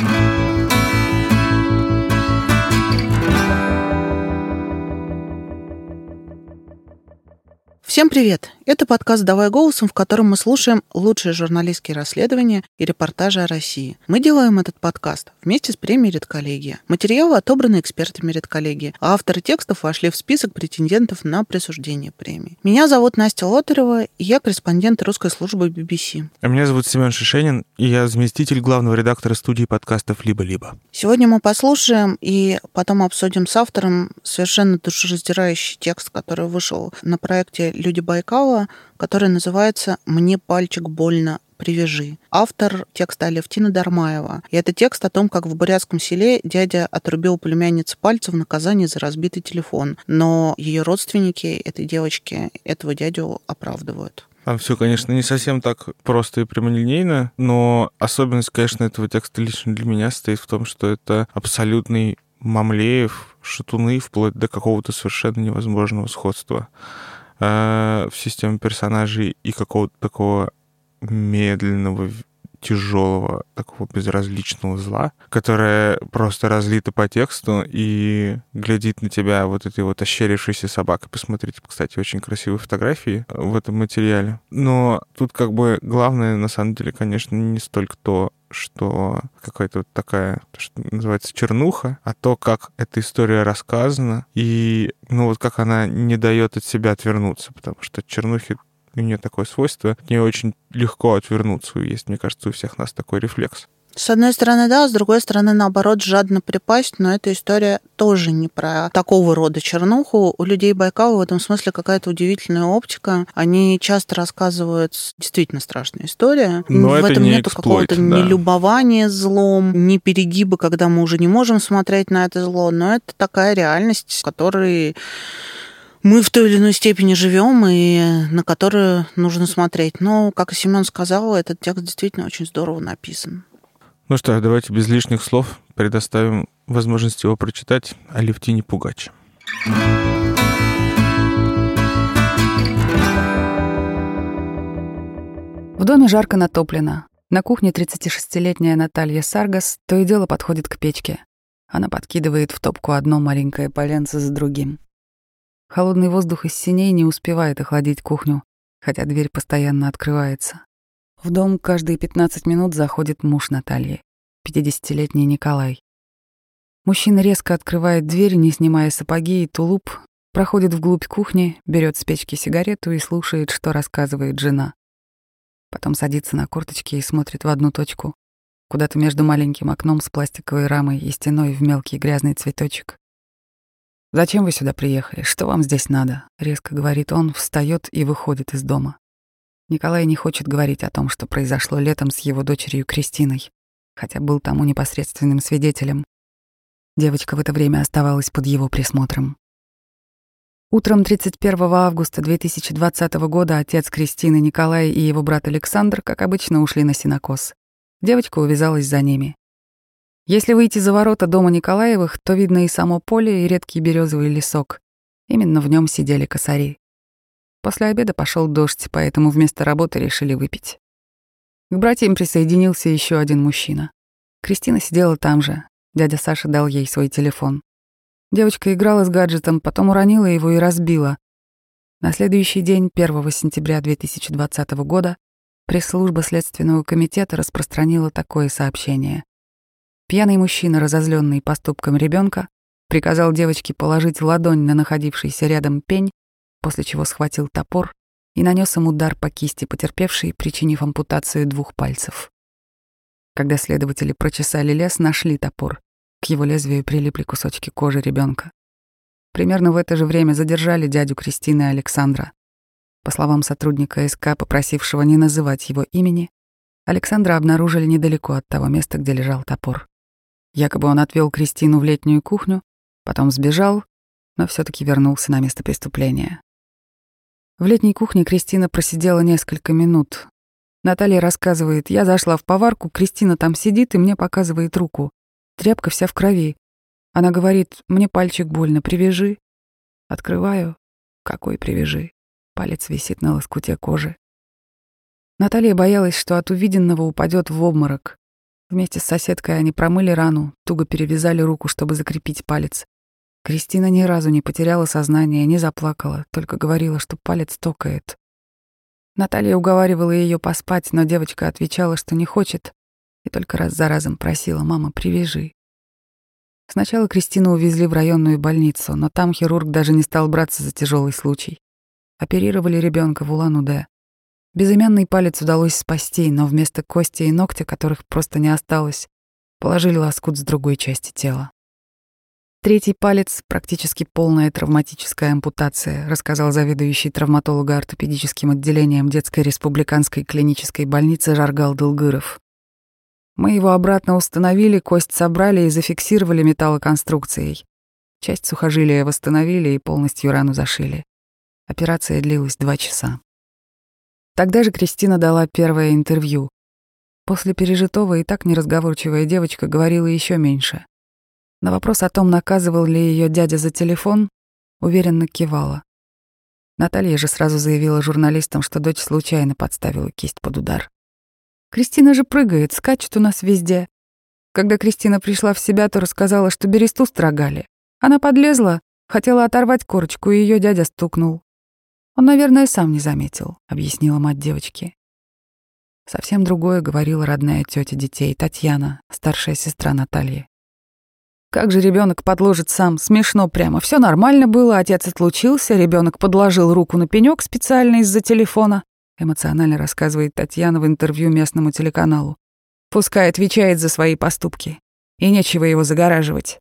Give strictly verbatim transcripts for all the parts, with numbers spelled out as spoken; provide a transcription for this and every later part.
Всем привет! Это подкаст «Давай голосом», в котором мы слушаем лучшие журналистские расследования и репортажи о России. Мы делаем этот подкаст вместе с премией «Редколлегия». Материалы отобраны экспертами «Редколлегии», а авторы текстов вошли в список претендентов на присуждение премии. Меня зовут Настя Лотарева, и я корреспондент русской службы би би си. А меня зовут Семен Шишенин, и я заместитель главного редактора студии подкастов «Либо-либо». Сегодня мы послушаем и потом обсудим с автором совершенно душераздирающий текст, который вышел на проекте «Люди Байкала», который называется «Мне пальчик больно, привяжи». Автор текста Алевтина Дармаева. И это текст о том, как в бурятском селе дядя отрубил племяннице пальцы в наказание за разбитый телефон. Но ее родственники этой девочки этого дядю оправдывают. Там все, конечно, не совсем так просто и прямолинейно, но особенность, конечно, этого текста лично для меня состоит в том, что это абсолютный Мамлеев, Шатуны, вплоть до какого-то совершенно невозможного сходства в системе персонажей и какого-то такого медленного, тяжелого, такого безразличного зла, которое просто разлито по тексту и глядит на тебя вот этой вот ощерившейся собакой. Посмотрите, кстати, очень красивые фотографии в этом материале. Но тут как бы главное, на самом деле, конечно, не столько то, что какая-то вот такая, что называется, чернуха, а то, как эта история рассказана, и, ну, вот как она не дает от себя отвернуться, потому что от чернухи у нее такое свойство, от нее очень легко отвернуться. Есть, мне кажется, у всех нас такой рефлекс. С одной стороны, да, с другой стороны, наоборот, жадно припасть, но эта история тоже не про такого рода чернуху. У людей Байкала в этом смысле какая-то удивительная оптика. Они часто рассказывают действительно страшные истории. Но в это этом не нету эксплойт, какого-то да. ни любования злом, ни перегиба, когда мы уже не можем смотреть на это зло, но это такая реальность, в которой мы в той или иной степени живем и на которую нужно смотреть. Но, как и Семен сказал, этот текст действительно очень здорово написан. Ну что, давайте без лишних слов предоставим возможность его прочитать Алевтине Пугач. В доме жарко натоплено. На кухне тридцатишестилетняя Наталья Саргас то и дело подходит к печке. Она подкидывает в топку одно маленькое поленце за другим. Холодный воздух из синей не успевает охладить кухню, хотя дверь постоянно открывается. В дом каждые пятнадцать минут заходит муж Натальи, пятидесятилетний Николай. Мужчина резко открывает дверь, не снимая сапоги и тулуп, проходит вглубь кухни, берет с печки сигарету и слушает, что рассказывает жена. Потом садится на корточки и смотрит в одну точку, куда-то между маленьким окном с пластиковой рамой и стеной в мелкий грязный цветочек. «Зачем вы сюда приехали? Что вам здесь надо?» — резко говорит он, встает и выходит из дома. Николай не хочет говорить о том, что произошло летом с его дочерью Кристиной, хотя был тому непосредственным свидетелем. Девочка в это время оставалась под его присмотром. Утром тридцать первого августа две тысячи двадцатого года отец Кристины Николай и его брат Александр, как обычно, ушли на сенокос. Девочка увязалась за ними. Если выйти за ворота дома Николаевых, то видно и само поле, и редкий березовый лесок. Именно в нем сидели косари. После обеда пошел дождь, поэтому вместо работы решили выпить. К братьям присоединился еще один мужчина. Кристина сидела там же. Дядя Саша дал ей свой телефон. Девочка играла с гаджетом, потом уронила его и разбила. На следующий день, первого сентября две тысячи двадцатого года, пресс-служба Следственного комитета распространила такое сообщение. Пьяный мужчина, разозленный поступком ребенка, приказал девочке положить ладонь на находившийся рядом пень, после чего схватил топор и нанес им удар по кисти потерпевшей, причинив ампутацию двух пальцев. Когда следователи прочесали лес, нашли топор. К его лезвию прилипли кусочки кожи ребенка. Примерно в это же время задержали дядю Кристины Александра. По словам сотрудника СК, попросившего не называть его имени, Александра обнаружили недалеко от того места, где лежал топор. Якобы он отвел Кристину в летнюю кухню, потом сбежал, но все-таки вернулся на место преступления. В летней кухне Кристина просидела несколько минут. Наталья рассказывает: «Я зашла в поварку, Кристина там сидит и мне показывает руку. Тряпка вся в крови. Она говорит: мне пальчик больно, привяжи». Открываю. Какой привяжи? Палец висит на лоскуте кожи. Наталья боялась, что от увиденного упадет в обморок. Вместе с соседкой они промыли рану, туго перевязали руку, чтобы закрепить палец. Кристина ни разу не потеряла сознание, не заплакала, только говорила, что палец токает. Наталья уговаривала ее поспать, но девочка отвечала, что не хочет, и только раз за разом просила: «Мама, привяжи». Сначала Кристину увезли в районную больницу, но там хирург даже не стал браться за тяжелый случай. Оперировали ребенка в Улан-Удэ. Безымянный палец удалось спасти, но вместо кости и ногтя, которых просто не осталось, положили лоскут с другой части тела. Третий палец — практически полная травматическая ампутация, рассказал заведующий травматолого-ортопедическим отделением детской республиканской клинической больницы Жаргал Дылгыров. Мы его обратно установили, кость собрали и зафиксировали металлоконструкцией. Часть сухожилия восстановили и полностью рану зашили. Операция длилась два часа. Тогда же Кристина дала первое интервью. После пережитого и так неразговорчивая девочка говорила еще меньше. На вопрос о том, наказывал ли ее дядя за телефон, уверенно кивала. Наталья же сразу заявила журналистам, что дочь случайно подставила кисть под удар. «Кристина же прыгает, скачет у нас везде». Когда Кристина пришла в себя, то рассказала, что бересту строгали. Она подлезла, хотела оторвать корочку, и ее дядя стукнул. «Он, наверное, сам не заметил», — объяснила мать девочки. Совсем другое говорила родная тетя детей, Татьяна, старшая сестра Натальи. «Как же ребенок подложит сам? Смешно прямо. Все нормально было, отец отлучился, ребенок подложил руку на пенек специально из-за телефона», эмоционально рассказывает Татьяна в интервью местному телеканалу. «Пускай отвечает за свои поступки. И нечего его загораживать».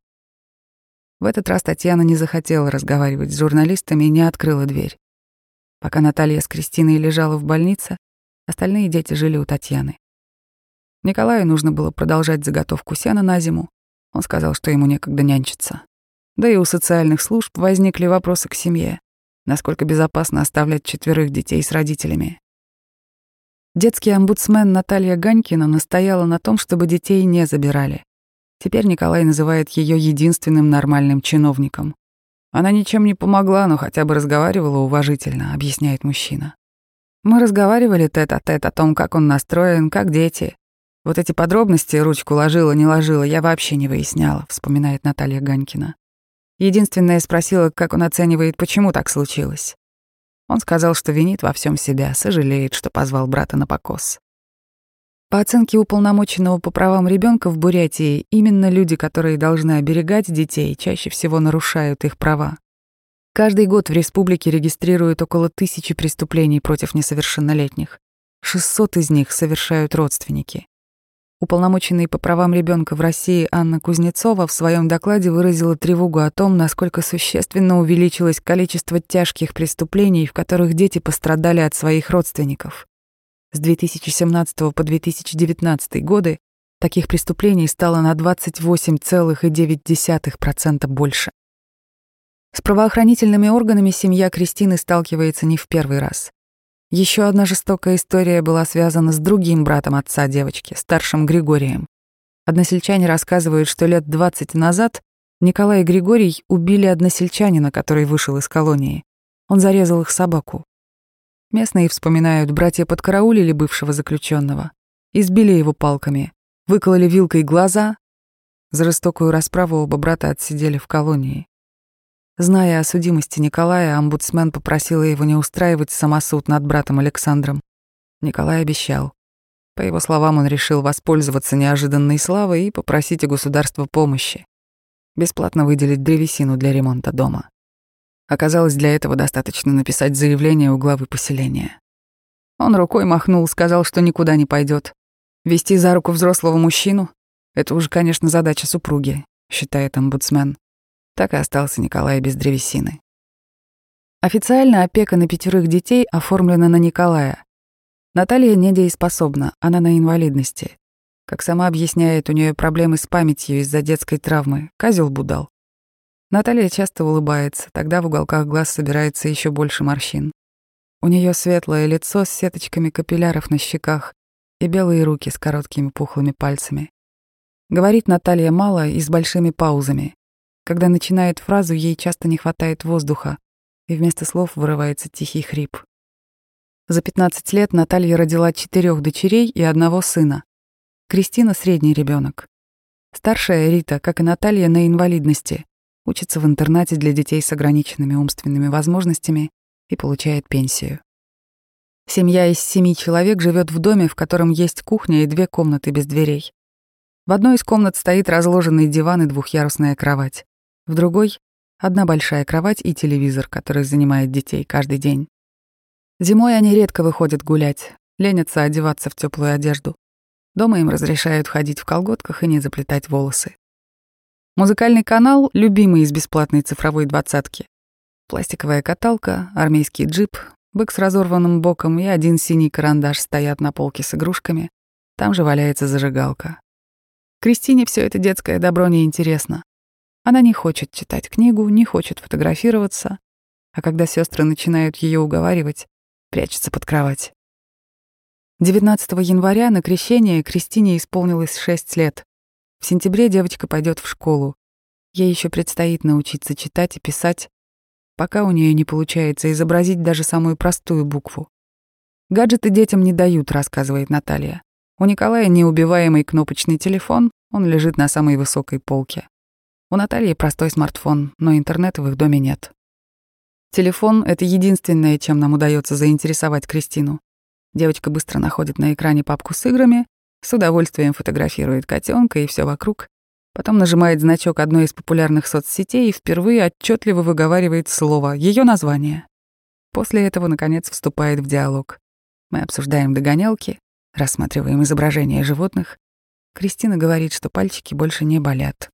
В этот раз Татьяна не захотела разговаривать с журналистами и не открыла дверь. Пока Наталья с Кристиной лежала в больнице, остальные дети жили у Татьяны. Николаю нужно было продолжать заготовку сена на зиму. Он сказал, что ему некогда нянчиться. Да и у социальных служб возникли вопросы к семье. Насколько безопасно оставлять четверых детей с родителями. Детский омбудсмен Наталья Ганькина настояла на том, чтобы детей не забирали. Теперь Николай называет ее единственным нормальным чиновником. Она ничем не помогла, но хотя бы разговаривала уважительно, объясняет мужчина. Мы разговаривали тет-а-тет о том, как он настроен, как дети. Вот эти подробности, ручку ложила, не ложила, я вообще не выясняла, вспоминает Наталья Ганькина. Единственное, спросила, как он оценивает, почему так случилось. Он сказал, что винит во всем себя, сожалеет, что позвал брата на покос. По оценке уполномоченного по правам ребенка в Бурятии, именно люди, которые должны оберегать детей, чаще всего нарушают их права. Каждый год в республике регистрируют около тысячи преступлений против несовершеннолетних. шестьсот из них совершают родственники. Уполномоченный по правам ребенка в России Анна Кузнецова в своем докладе выразила тревогу о том, насколько существенно увеличилось количество тяжких преступлений, в которых дети пострадали от своих родственников. С две тысячи семнадцатого по две тысячи девятнадцатый годы таких преступлений стало на двадцать восемь целых девять десятых процента больше. С правоохранительными органами семья Кристины сталкивается не в первый раз. Еще одна жестокая история была связана с другим братом отца девочки, старшим Григорием. Односельчане рассказывают, что лет двадцать назад Николай и Григорий убили односельчанина, который вышел из колонии. Он зарезал их собаку. Местные вспоминают, братья подкараулили бывшего заключенного, избили его палками, выкололи вилкой глаза. За жестокую расправу оба брата отсидели в колонии. Зная о судимости Николая, омбудсмен попросила его не устраивать самосуд над братом Александром. Николай обещал. По его словам, он решил воспользоваться неожиданной славой и попросить у государства помощи. Бесплатно выделить древесину для ремонта дома. Оказалось, для этого достаточно написать заявление у главы поселения. Он рукой махнул, сказал, что никуда не пойдет. Вести за руку взрослого мужчину — это уже, конечно, задача супруги, считает омбудсмен. Так и остался Николай без древесины. Официально опека на пятерых детей оформлена на Николая. Наталья недееспособна, она на инвалидности. Как сама объясняет, у нее проблемы с памятью из-за детской травмы. Козел будал. Наталья часто улыбается, тогда в уголках глаз собирается еще больше морщин. У нее светлое лицо с сеточками капилляров на щеках и белые руки с короткими пухлыми пальцами. Говорит Наталья мало и с большими паузами. Когда начинает фразу, ей часто не хватает воздуха, и вместо слов вырывается тихий хрип. За пятнадцать лет Наталья родила четырех дочерей и одного сына. Кристина — средний ребенок. Старшая Рита, как и Наталья, на инвалидности, учится в интернате для детей с ограниченными умственными возможностями и получает пенсию. Семья из семи человек живет в доме, в котором есть кухня и две комнаты без дверей. В одной из комнат стоит разложенный диван и двухъярусная кровать. В другой — одна большая кровать и телевизор, который занимает детей каждый день. Зимой они редко выходят гулять, ленятся одеваться в теплую одежду. Дома им разрешают ходить в колготках и не заплетать волосы. Музыкальный канал — любимый из бесплатной цифровой двадцатки. Пластиковая каталка, армейский джип, бык с разорванным боком и один синий карандаш стоят на полке с игрушками. Там же валяется зажигалка. Кристине все это детское добро неинтересно. Она не хочет читать книгу, не хочет фотографироваться, а когда сестры начинают ее уговаривать, прячется под кровать. девятнадцатого января на крещение Кристине исполнилось шесть лет. В сентябре девочка пойдет в школу. Ей еще предстоит научиться читать и писать, пока у нее не получается изобразить даже самую простую букву. Гаджеты детям не дают, рассказывает Наталья. У Николая неубиваемый кнопочный телефон, он лежит на самой высокой полке. У Натальи простой смартфон, но интернета в их доме нет. Телефон — это единственное, чем нам удается заинтересовать Кристину. Девочка быстро находит на экране папку с играми, с удовольствием фотографирует котенка и все вокруг, потом нажимает значок одной из популярных соцсетей и впервые отчетливо выговаривает слово, ее название. После этого, наконец, вступает в диалог. Мы обсуждаем догонялки, рассматриваем изображения животных. Кристина говорит, что пальчики больше не болят.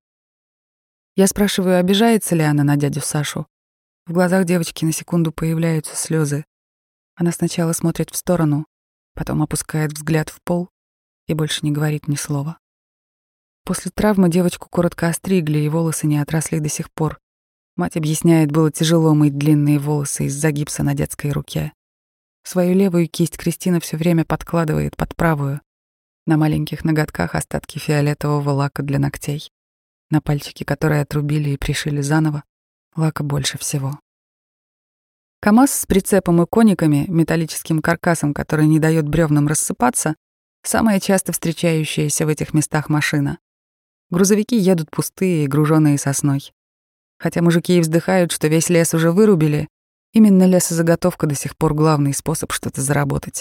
Я спрашиваю, обижается ли она на дядю Сашу. В глазах девочки на секунду появляются слезы. Она сначала смотрит в сторону, потом опускает взгляд в пол и больше не говорит ни слова. После травмы девочку коротко остригли, и волосы не отросли до сих пор. Мать объясняет, было тяжело мыть длинные волосы из-за гипса на детской руке. Свою левую кисть Кристина все время подкладывает под правую. На маленьких ноготках остатки фиолетового лака для ногтей. На пальчики, которые отрубили и пришили заново, лака больше всего. КамАЗ с прицепом и кониками, металлическим каркасом, который не дает бревнам рассыпаться, самая часто встречающаяся в этих местах машина. Грузовики едут пустые и груженные сосной. Хотя мужики и вздыхают, что весь лес уже вырубили, именно лесозаготовка до сих пор главный способ что-то заработать.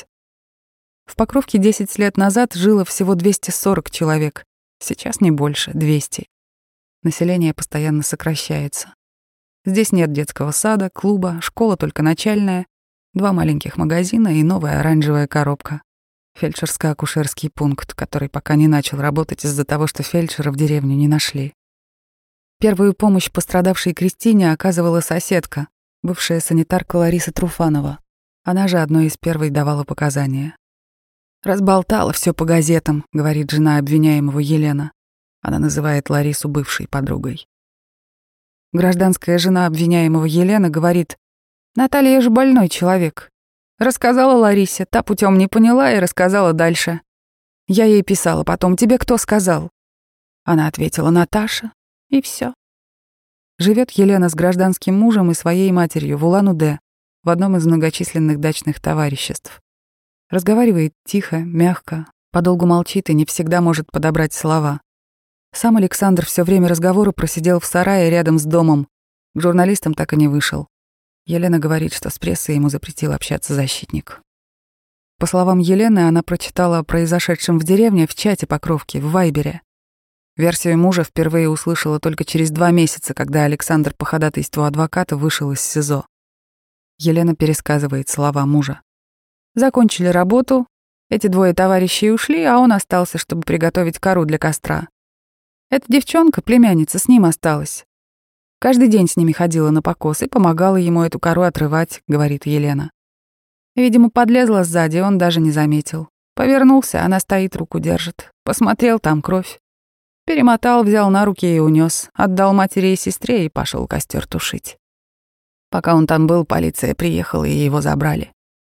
В Покровке десять лет назад жило всего двести сорок человек, сейчас не больше, двести. Население постоянно сокращается. Здесь нет детского сада, клуба, школа только начальная, два маленьких магазина и новая оранжевая коробка. Фельдшерско-акушерский пункт, который пока не начал работать из-за того, что фельдшера в деревню не нашли. Первую помощь пострадавшей Кристине оказывала соседка, бывшая санитарка Лариса Труфанова. Она же одной из первой давала показания. «Разболтала все по газетам», — говорит жена обвиняемого Елена. Она называет Ларису бывшей подругой. Гражданская жена обвиняемого Елена говорит: «Наталья же больной человек. Рассказала Ларисе, та путем не поняла и рассказала дальше. Я ей писала потом: тебе кто сказал?» Она ответила: «Наташа». И все. Живет Елена с гражданским мужем и своей матерью в Улан-Удэ, в одном из многочисленных дачных товариществ. Разговаривает тихо, мягко, подолгу молчит и не всегда может подобрать слова. Сам Александр все время разговора просидел в сарае рядом с домом. К журналистам так и не вышел. Елена говорит, что с прессой ему запретил общаться защитник. По словам Елены, она прочитала о произошедшем в деревне в чате Покровки, в Вайбере. Версию мужа впервые услышала только через два месяца, когда Александр по ходатайству адвоката вышел из СИЗО. Елена пересказывает слова мужа. Закончили работу, эти двое товарищей ушли, а он остался, чтобы приготовить кору для костра. Эта девчонка, племянница, с ним осталась. Каждый день с ними ходила на покос и помогала ему эту кору отрывать, говорит Елена. Видимо, подлезла сзади, он даже не заметил. Повернулся, она стоит, руку держит. Посмотрел, там кровь. Перемотал, взял на руки и унес, отдал матери и сестре и пошел костер тушить. Пока он там был, полиция приехала и его забрали.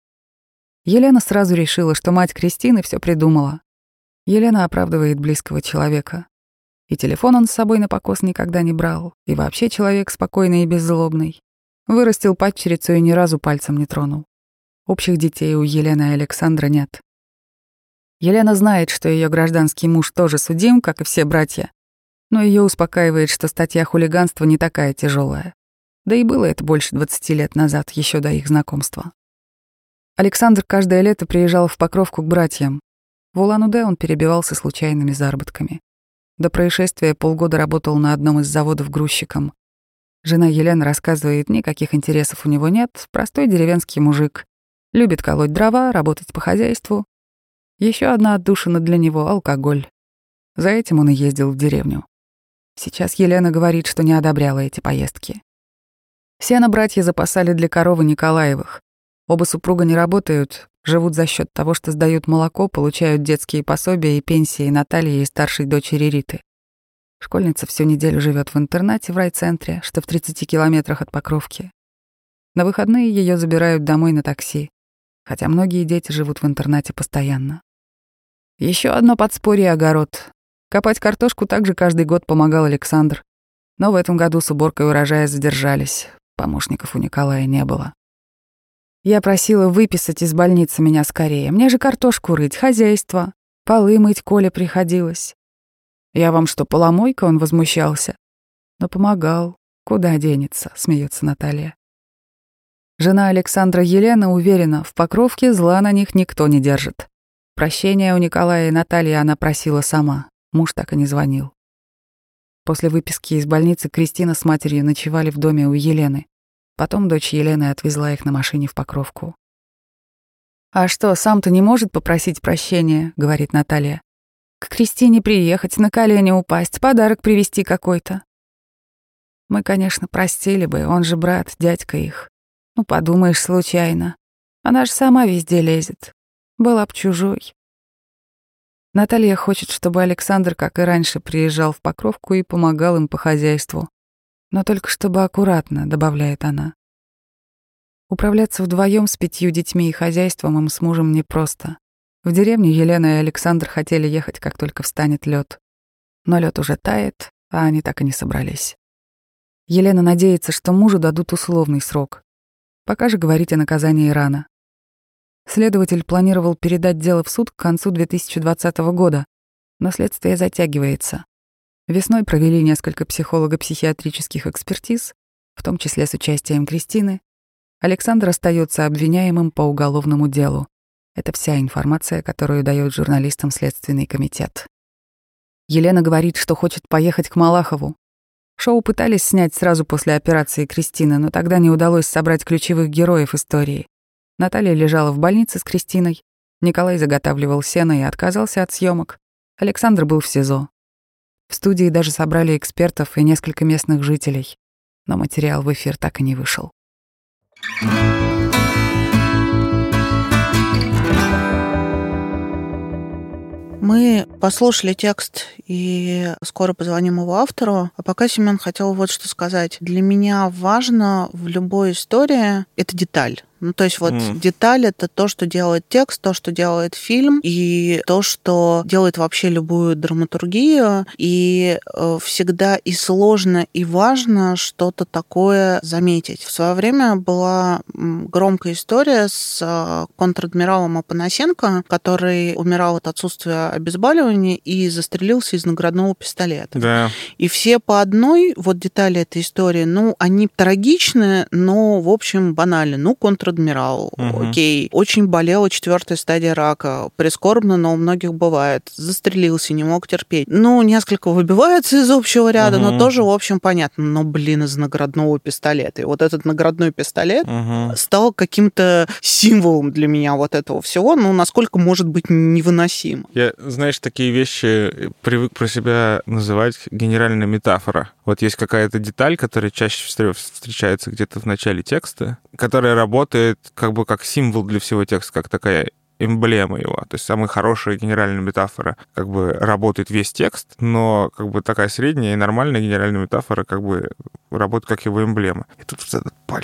Елена сразу решила, что мать Кристины все придумала. Елена оправдывает близкого человека. И телефон он с собой на покос никогда не брал, и вообще человек спокойный и беззлобный. Вырастил падчерицу и ни разу пальцем не тронул. Общих детей у Елены и Александра нет. Елена знает, что ее гражданский муж тоже судим, как и все братья, но ее успокаивает, что статья хулиганства не такая тяжелая. Да и было это больше двадцати лет назад, еще до их знакомства. Александр каждое лето приезжал в Покровку к братьям. В Улан-Удэ он перебивался случайными заработками. До происшествия полгода работал на одном из заводов грузчиком. Жена Елена рассказывает, никаких интересов у него нет, простой деревенский мужик. Любит колоть дрова, работать по хозяйству. Еще одна отдушина для него — алкоголь. За этим он и ездил в деревню. Сейчас Елена говорит, что не одобряла эти поездки. Сено братья запасали для коровы Николаевых. Оба супруга не работают, живут за счет того, что сдают молоко, получают детские пособия и пенсии Натальи и старшей дочери Риты. Школьница всю неделю живет в интернате в райцентре, что в тридцати километрах от Покровки. На выходные ее забирают домой на такси, хотя многие дети живут в интернате постоянно. Еще одно подспорье — огород. Копать картошку также каждый год помогал Александр, но в этом году с уборкой урожая задержались, помощников у Николая не было. Я просила выписать из больницы меня скорее. Мне же картошку рыть, хозяйство. Полы мыть Коле приходилось. Я вам что, поломойка? Он возмущался. Но помогал. Куда денется, смеется Наталья. Жена Александра Елена уверена, в Покровке зла на них никто не держит. Прощения у Николая и Натальи она просила сама. Муж так и не звонил. После выписки из больницы Кристина с матерью ночевали в доме у Елены. Потом дочь Елены отвезла их на машине в Покровку. «А что, сам-то не может попросить прощения?» — говорит Наталья. «К Кристине приехать, на колени упасть, подарок привезти какой-то». Мы, конечно, простили бы, он же брат, дядька их. Ну, подумаешь, случайно. Она же сама везде лезет. Была б чужой. Наталья хочет, чтобы Александр, как и раньше, приезжал в Покровку и помогал им по хозяйству. Но только чтобы аккуратно, добавляет она. Управляться вдвоем с пятью детьми и хозяйством им с мужем непросто. В деревню Елена и Александр хотели ехать, как только встанет лед. Но лед уже тает, а они так и не собрались. Елена надеется, что мужу дадут условный срок. Пока же говорить о наказании рано. Следователь планировал передать дело в суд к концу две тысячи двадцатого года, но следствие затягивается. Весной провели несколько психолого-психиатрических экспертиз, в том числе с участием Кристины. Александр остается обвиняемым по уголовному делу. Это вся информация, которую дает журналистам Следственный комитет. Елена говорит, что хочет поехать к Малахову. Шоу пытались снять сразу после операции Кристины, но тогда не удалось собрать ключевых героев истории. Наталья лежала в больнице с Кристиной, Николай заготавливал сено и отказался от съемок. Александр был в СИЗО. В студии даже собрали экспертов и несколько местных жителей, но материал в эфир так и не вышел. Мы послушали текст и скоро позвоним его автору. А пока Семен хотел вот что сказать. Для меня важно в любой истории — это деталь. Ну, то есть вот mm. деталь — это то, что делает текст, то, что делает фильм, и то, что делает вообще любую драматургию. И э, всегда и сложно, и важно что-то такое заметить. В свое время была громкая история с э, контр-адмиралом Апанасенко, который умирал от отсутствия обезболивания и застрелился из наградного пистолета. Да. И все по одной вот детали этой истории, ну, они трагичны, но, в общем, банальны. Ну, контр адмирал, угу. Окей. Очень болела четвертая стадия рака. Прискорбно, но у многих бывает. Застрелился, не мог терпеть. Ну, несколько выбиваются из общего ряда, угу. но тоже, в общем, понятно. Но, блин, из наградного пистолета. И вот этот наградной пистолет угу. стал каким-то символом для меня вот этого всего, ну, насколько может быть невыносимо. Я, знаешь, такие вещи привык про себя называть генеральная метафора. Вот есть какая-то деталь, которая чаще всего встречается где-то в начале текста, которая работает как бы как символ для всего текста, как такая эмблема его. То есть самая хорошая генеральная метафора как бы работает весь текст, но как бы такая средняя и нормальная генеральная метафора как бы работает как его эмблема. И тут вот этот пальчик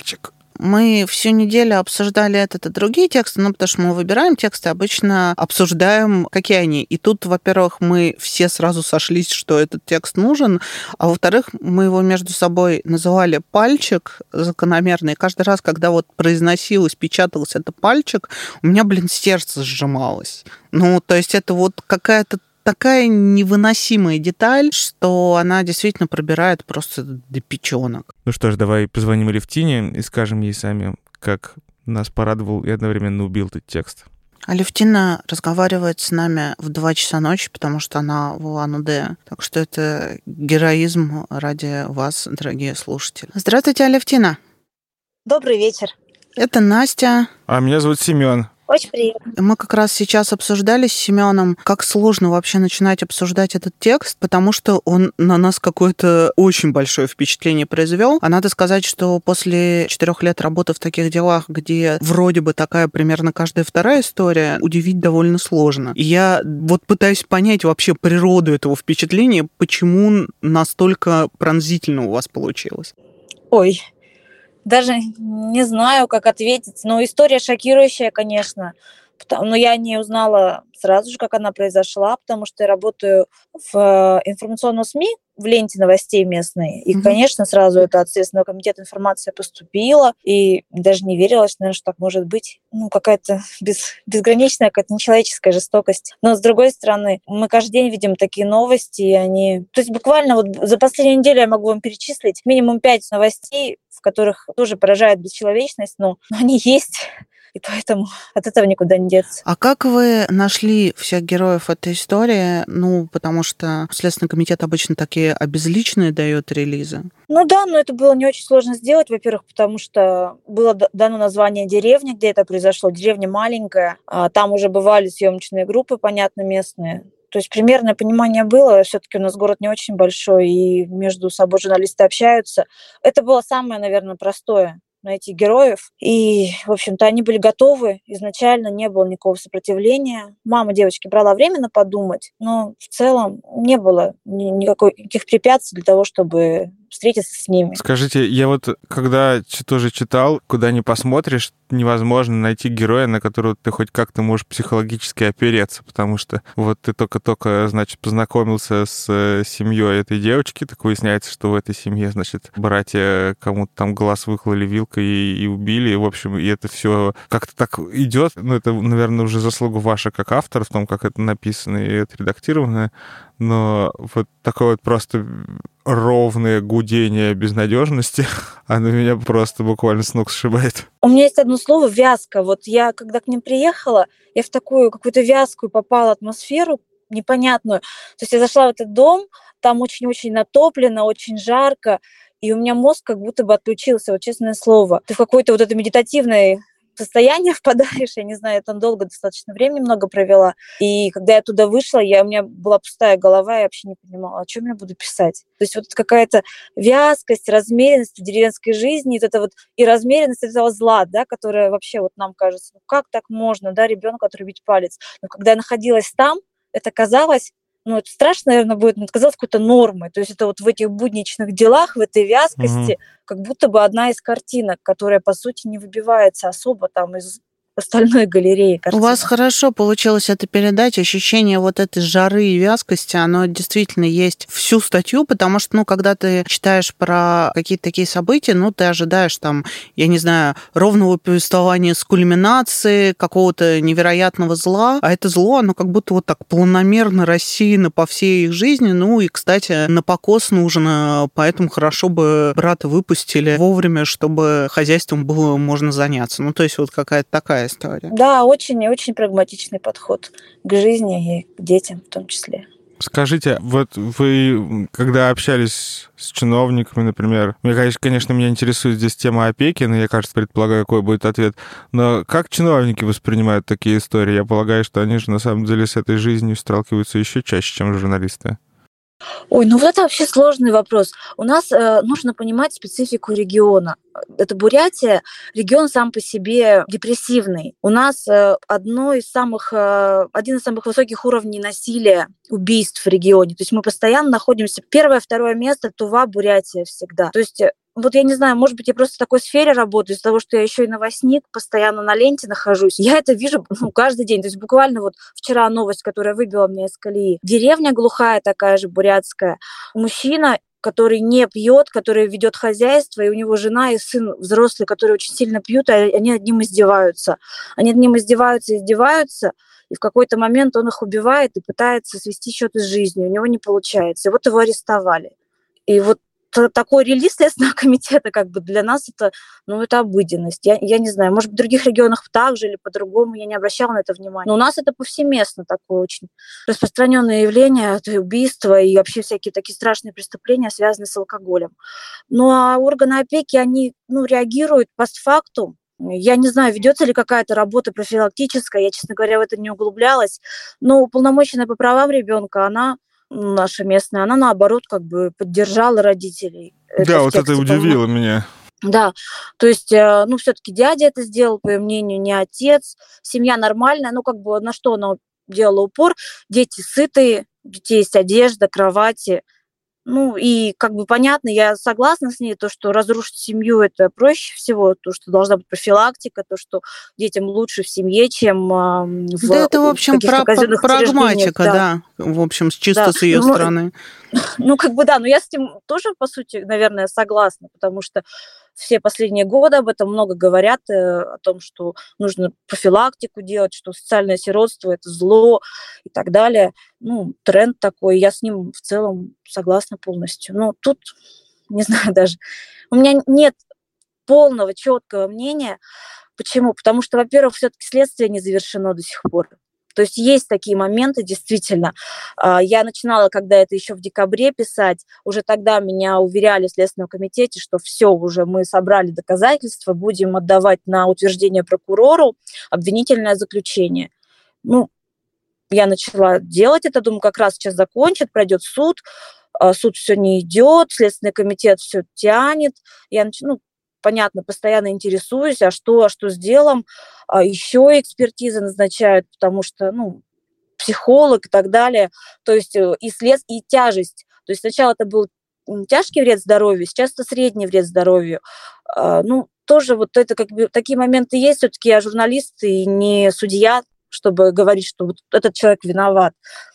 Мы всю неделю обсуждали этот и другие тексты, ну, потому что мы выбираем тексты, обычно обсуждаем, какие они. И тут, во-первых, мы все сразу сошлись, что этот текст нужен, а во-вторых, мы его между собой называли «пальчик» закономерно, и каждый раз, когда вот произносилось, печаталось это «пальчик», у меня, блин, сердце сжималось. Ну, то есть это вот какая-то такая невыносимая деталь, что она действительно пробирает просто до печенок. Ну что ж, давай позвоним Алевтине и скажем ей сами, как нас порадовал и одновременно убил этот текст. Алевтина разговаривает с нами в два часа ночи, потому что она в Улан-Удэ. Так что это героизм ради вас, дорогие слушатели. Здравствуйте, Алевтина. Добрый вечер. Это Настя. А меня зовут Семен. Очень приятно. Мы как раз сейчас обсуждали с Семеном, как сложно вообще начинать обсуждать этот текст, потому что он на нас какое-то очень большое впечатление произвел. А надо сказать, что после четырех лет работы в таких делах, где вроде бы такая примерно каждая вторая история, удивить довольно сложно. И я вот пытаюсь понять вообще природу этого впечатления, почему настолько пронзительно у вас получилось. Ой, даже не знаю, как ответить. Но история шокирующая, конечно. Но я не узнала сразу же, как она произошла, потому что я работаю в информационном СМИ, в ленте новостей местной. И, mm-hmm. конечно, сразу это от Следственного комитета информация поступила. И даже не верилось, наверное, что так может быть. Ну, какая-то без, безграничная, какая-то нечеловеческая жестокость. Но, с другой стороны, мы каждый день видим такие новости, и они... То есть буквально вот за последнюю неделю я могу вам перечислить минимум пять новостей, в которых тоже поражает бесчеловечность, но они есть. И поэтому от этого никуда не деться. А как вы нашли всех героев этой истории? Ну, потому что Следственный комитет обычно такие обезличенные дает релизы. Ну да, но это было не очень сложно сделать, во-первых, потому что было дано название деревни, где это произошло. Деревня маленькая, там уже бывали съемочные группы, понятно, местные. То есть примерное понимание было. Все-таки у нас город не очень большой, и между собой журналисты общаются. Это было самое, наверное, простое. Найти героев. И, в общем-то, они были готовы. Изначально не было никакого сопротивления. Мама девочки брала временно подумать, но в целом не было никакой, никаких препятствий для того, чтобы встретиться с ними. Скажите, я вот когда тоже читал, куда ни посмотришь, невозможно найти героя, на которого ты хоть как-то можешь психологически опереться, потому что вот ты только-только, значит, познакомился с семьей этой девочки, так выясняется, что в этой семье, значит, братья кому-то там глаз выкололи вилкой и, и убили, в общем, и это все как-то так идет. Ну, это, наверное, уже заслуга ваша как автора в том, как это написано и отредактировано, но вот такое вот просто ровное гудение безнадежности, оно меня просто буквально с ног сшибает. У меня есть одно слово «вязко». Вот я, когда к ним приехала, я в такую какую-то вязкую попала атмосферу непонятную. То есть я зашла в этот дом, там очень-очень натоплено, очень жарко, и у меня мозг как будто бы отключился, вот честное слово. Ты в какой-то вот это медитативной состояние впадаешь, я не знаю, я там долго достаточно времени много провела, и когда я туда вышла, я, у меня была пустая голова, я вообще не понимала, о чем я буду писать. То есть вот какая-то вязкость, размеренность в деревенской жизни, вот это вот и размеренность этого зла, да, которая вообще вот нам кажется, ну как так можно, да, ребенка отрубить палец. Но когда я находилась там, это казалось, ну, это страшно, наверное, будет, но это казалось какой-то нормой. То есть это вот в этих будничных делах, в этой вязкости, mm-hmm. как будто бы одна из картинок, которая, по сути, не выбивается особо там из остальной галереи картин. У вас хорошо получилось это передать. Ощущение вот этой жары и вязкости, оно действительно есть всю статью, потому что, ну, когда ты читаешь про какие-то такие события, ну, ты ожидаешь там, я не знаю, ровного повествования с кульминацией, какого-то невероятного зла, а это зло, оно как будто вот так планомерно рассеяно по всей их жизни. Ну, и, кстати, на покос нужно, поэтому хорошо бы брата выпустили вовремя, чтобы хозяйством было можно заняться. Ну, то есть вот какая-то такая история. Да, очень-очень прагматичный подход к жизни и к детям в том числе. Скажите, вот вы, когда общались с чиновниками, например, мне, конечно, конечно, меня интересует здесь тема опеки, но я, кажется, предполагаю, какой будет ответ. Но как чиновники воспринимают такие истории? Я полагаю, что они же на самом деле с этой жизнью сталкиваются еще чаще, чем журналисты. Ой, ну вот это вообще сложный вопрос. У нас э, нужно понимать специфику региона. Это Бурятия, регион сам по себе депрессивный. У нас э, одно из самых, э, один из самых высоких уровней насилия, убийств в регионе. То есть мы постоянно находимся первое, второе место, Тува, Бурятия всегда. То есть вот я не знаю, может быть, я просто в такой сфере работаю, из-за того, что я еще и новостник, постоянно на ленте нахожусь. Я это вижу ну, каждый день. То есть буквально вот вчера новость, которая выбила меня из колеи. Деревня глухая такая же, бурятская. Мужчина, который не пьет, который ведет хозяйство, и у него жена и сын взрослые, которые очень сильно пьют, и они над ним издеваются. Они над ним издеваются, издеваются, и в какой-то момент он их убивает и пытается свести счеты с жизнью. У него не получается. И вот его арестовали. И вот такой релиз Следственного комитета как бы для нас это, ну, это обыденность. Я, я не знаю, может быть, в других регионах так же или по-другому, я не обращала на это внимания. Но у нас это повсеместно такое очень распространенное явление, это убийство и вообще всякие такие страшные преступления, связанные с алкоголем. Ну, а органы опеки, они, ну, реагируют постфактум. Я не знаю, ведется ли какая-то работа профилактическая, я, честно говоря, в это не углублялась, но уполномоченная по правам ребенка, она наша местная, она, наоборот, как бы поддержала родителей. Да, это вот это удивило меня. Да, то есть, ну, все-таки дядя это сделал, по ее мнению, не отец. Семья нормальная, ну, как бы на что она делала упор? Дети сытые, у детей есть одежда, кровати. Ну, и как бы понятно, я согласна с ней, то, что разрушить семью – это проще всего, то, что должна быть профилактика, то, что детям лучше в семье, чем в Да, это, в общем, каких-то казенных прагматика, да. да, в общем, чисто да. с ее ну, стороны. Ну, как бы да, но я с этим тоже, по сути, наверное, согласна, потому что все последние годы об этом много говорят, о том, что нужно профилактику делать, что социальное сиротство – это зло и так далее. Ну, тренд такой, я с ним в целом согласна полностью. Но тут, не знаю даже, у меня нет полного, четкого мнения. Почему? Потому что, во-первых, все-таки следствие не завершено до сих пор. То есть есть такие моменты, действительно. Я начинала, когда это еще в декабре писать, уже тогда меня уверяли в Следственном комитете, что все, уже мы собрали доказательства, будем отдавать на утверждение прокурору обвинительное заключение. Ну, я начала делать это, думаю, как раз сейчас закончат, пройдет суд, суд все не идет, Следственный комитет все тянет. Я начну, ну, понятно, постоянно интересуюсь, а что, а что с делом, а еще экспертизы назначают, потому что, ну, психолог и так далее, то есть и след, и тяжесть. То есть сначала это был тяжкий вред здоровью, сейчас это средний вред здоровью. А, ну, тоже вот это как бы такие моменты есть, все-таки я журналист и не судья, чтобы говорить, что вот этот человек виноват.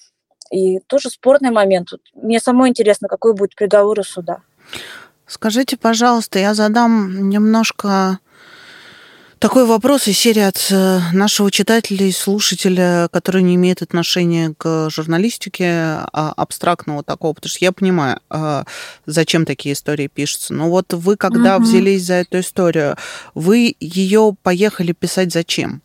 И тоже спорный момент. Мне самой интересно, какой будет приговор у суда. Скажите, пожалуйста, я задам немножко такой вопрос из серии от нашего читателя и слушателя, который не имеет отношения к журналистике, а абстрактного такого, потому что я понимаю, зачем такие истории пишутся. Но вот вы, когда угу. взялись за эту историю, вы ее поехали писать зачем?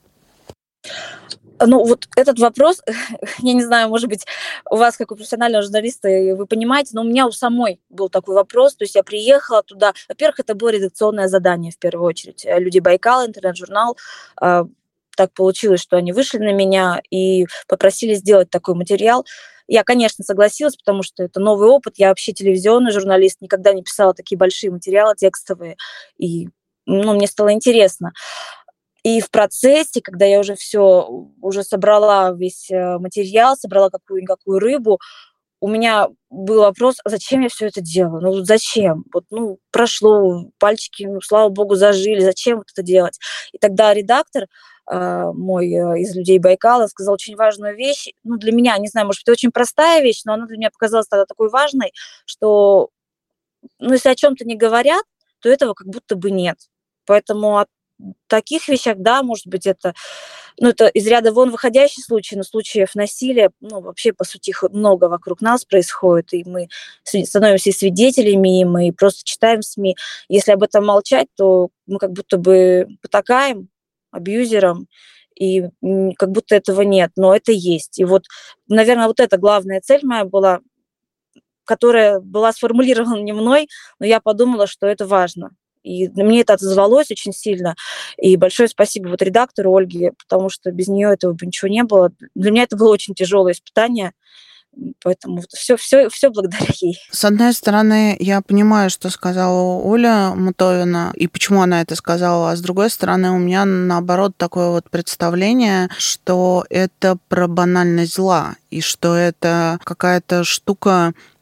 Ну, вот этот вопрос, я не знаю, может быть, у вас, как у профессионального журналиста, вы понимаете, но у меня у самой был такой вопрос. То есть я приехала туда. Во-первых, это было редакционное задание в первую очередь. «Люди Байкала», интернет-журнал. Так получилось, что они вышли на меня и попросили сделать такой материал. Я, конечно, согласилась, потому что это новый опыт. Я вообще телевизионный журналист, никогда не писала такие большие материалы текстовые. И, ну, мне стало интересно. И в процессе, когда я уже все, уже собрала весь материал, собрала какую-никакую рыбу, у меня был вопрос, а зачем я все это делаю? Ну, зачем? Вот, ну, прошло, пальчики, ну, слава богу, зажили, зачем вот это делать? И тогда редактор э, мой э, из «Людей Байкала» сказал очень важную вещь. Ну, для меня, не знаю, может быть, это очень простая вещь, но она для меня показалась тогда такой важной, что, ну, если о чем-то не говорят, то этого как будто бы нет. Поэтому от таких вещах, да, может быть, это, ну, это из ряда вон выходящий случай, но случаев насилия, ну, вообще, по сути, их много вокруг нас происходит, и мы становимся и свидетелями, и мы просто читаем СМИ. Если об этом молчать, то мы как будто бы потакаем абьюзерам, и как будто этого нет, но это есть. И вот, наверное, вот эта главная цель моя была, которая была сформулирована не мной, но я подумала, что это важно. И мне это отозвалось очень сильно. И большое спасибо вот редактору Ольге, потому что без нее этого бы ничего не было. Для меня это было очень тяжелое испытание, поэтому все, все, все благодаря ей. С одной стороны, я понимаю, что сказала Оля Мутовина, и почему она это сказала, а с другой стороны, у меня, наоборот, такое вот представление, что это про банальность зла, и что это какая-то штука,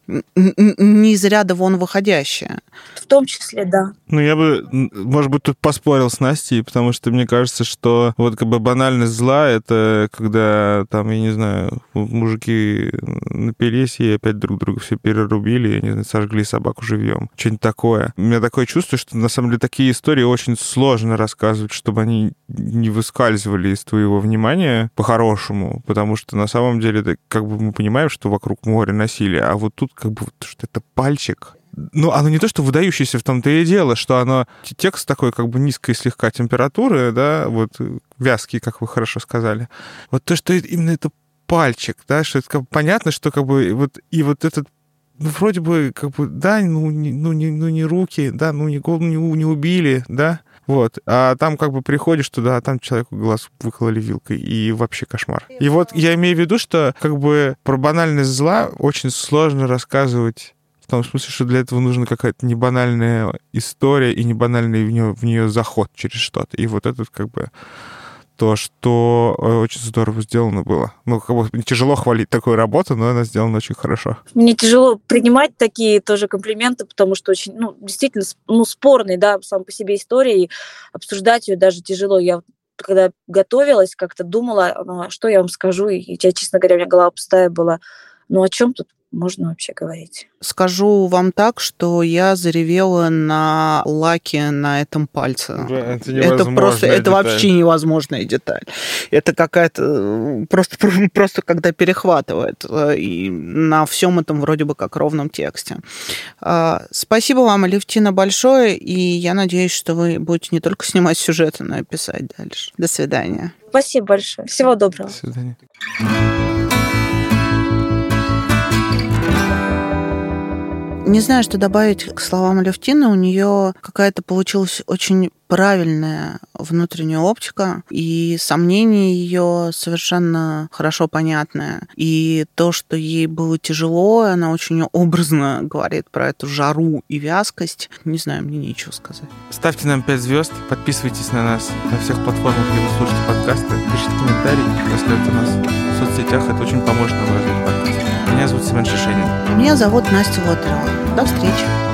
не из ряда вон выходящее. В том числе, да. Ну, я бы, может быть, тут поспорил с Настей, потому что мне кажется, что вот как бы банальность зла — это когда там, я не знаю, мужики напились и опять друг друга все перерубили, я не знаю, сожгли собаку живьем. Что-нибудь такое. У меня такое чувство, что на самом деле такие истории очень сложно рассказывать, чтобы они не выскальзывали из твоего внимания по-хорошему, потому что на самом деле это, как бы мы понимаем, что вокруг море насилия, а вот тут как бы что это пальчик. Ну, оно не то, что выдающееся, в том-то и дело, что оно... Текст такой как бы низкой слегка температуры, да, вот вязкий, как вы хорошо сказали. Вот то, что именно это пальчик, да, что это как бы понятно, что как бы вот и вот этот, ну, вроде бы как бы, да, ну, не, ну, не, ну, не руки, да, ну, не голову не, не убили, да, вот, а там как бы приходишь туда, а там человеку глаз выкололи вилкой, и вообще кошмар. И вот я имею в виду, что как бы про банальность зла очень сложно рассказывать. В том смысле, что для этого нужна какая-то небанальная история и небанальный в нее, в нее заход через что-то. И вот это как бы то, что очень здорово сделано было. Ну, как бы тяжело хвалить такую работу, но она сделана очень хорошо. Мне тяжело принимать такие тоже комплименты, потому что очень, ну, действительно, ну, спорный, да, сам по себе история, и обсуждать ее даже тяжело. Я когда готовилась, как-то думала, ну, что я вам скажу, и, и, честно говоря, у меня голова пустая была. Ну, о чем тут можно вообще говорить? Скажу вам так, что я заревела на лаке на этом пальце. Это, это просто, деталь. это вообще невозможная деталь. Это какая-то просто, просто когда перехватывает. И на всем этом вроде бы как ровном тексте. Спасибо вам, Алевтина, большое. И я надеюсь, что вы будете не только снимать сюжеты, но и писать дальше. До свидания. Спасибо большое. Всего доброго. До свидания. Не знаю, что добавить к словам Алевтины. У нее какая-то получилась очень правильная внутренняя оптика, и сомнения ее совершенно хорошо понятные. И то, что ей было тяжело, она очень образно говорит про эту жару и вязкость. Не знаю, мне нечего сказать. Ставьте нам пять звезд, подписывайтесь на нас на всех платформах, где вы слушаете подкасты, пишите комментарии, оставьте нас в соцсетях, это очень поможет нам развить подкаст. Меня зовут Семен Шишенин. Меня зовут Настя Лотарева. До встречи.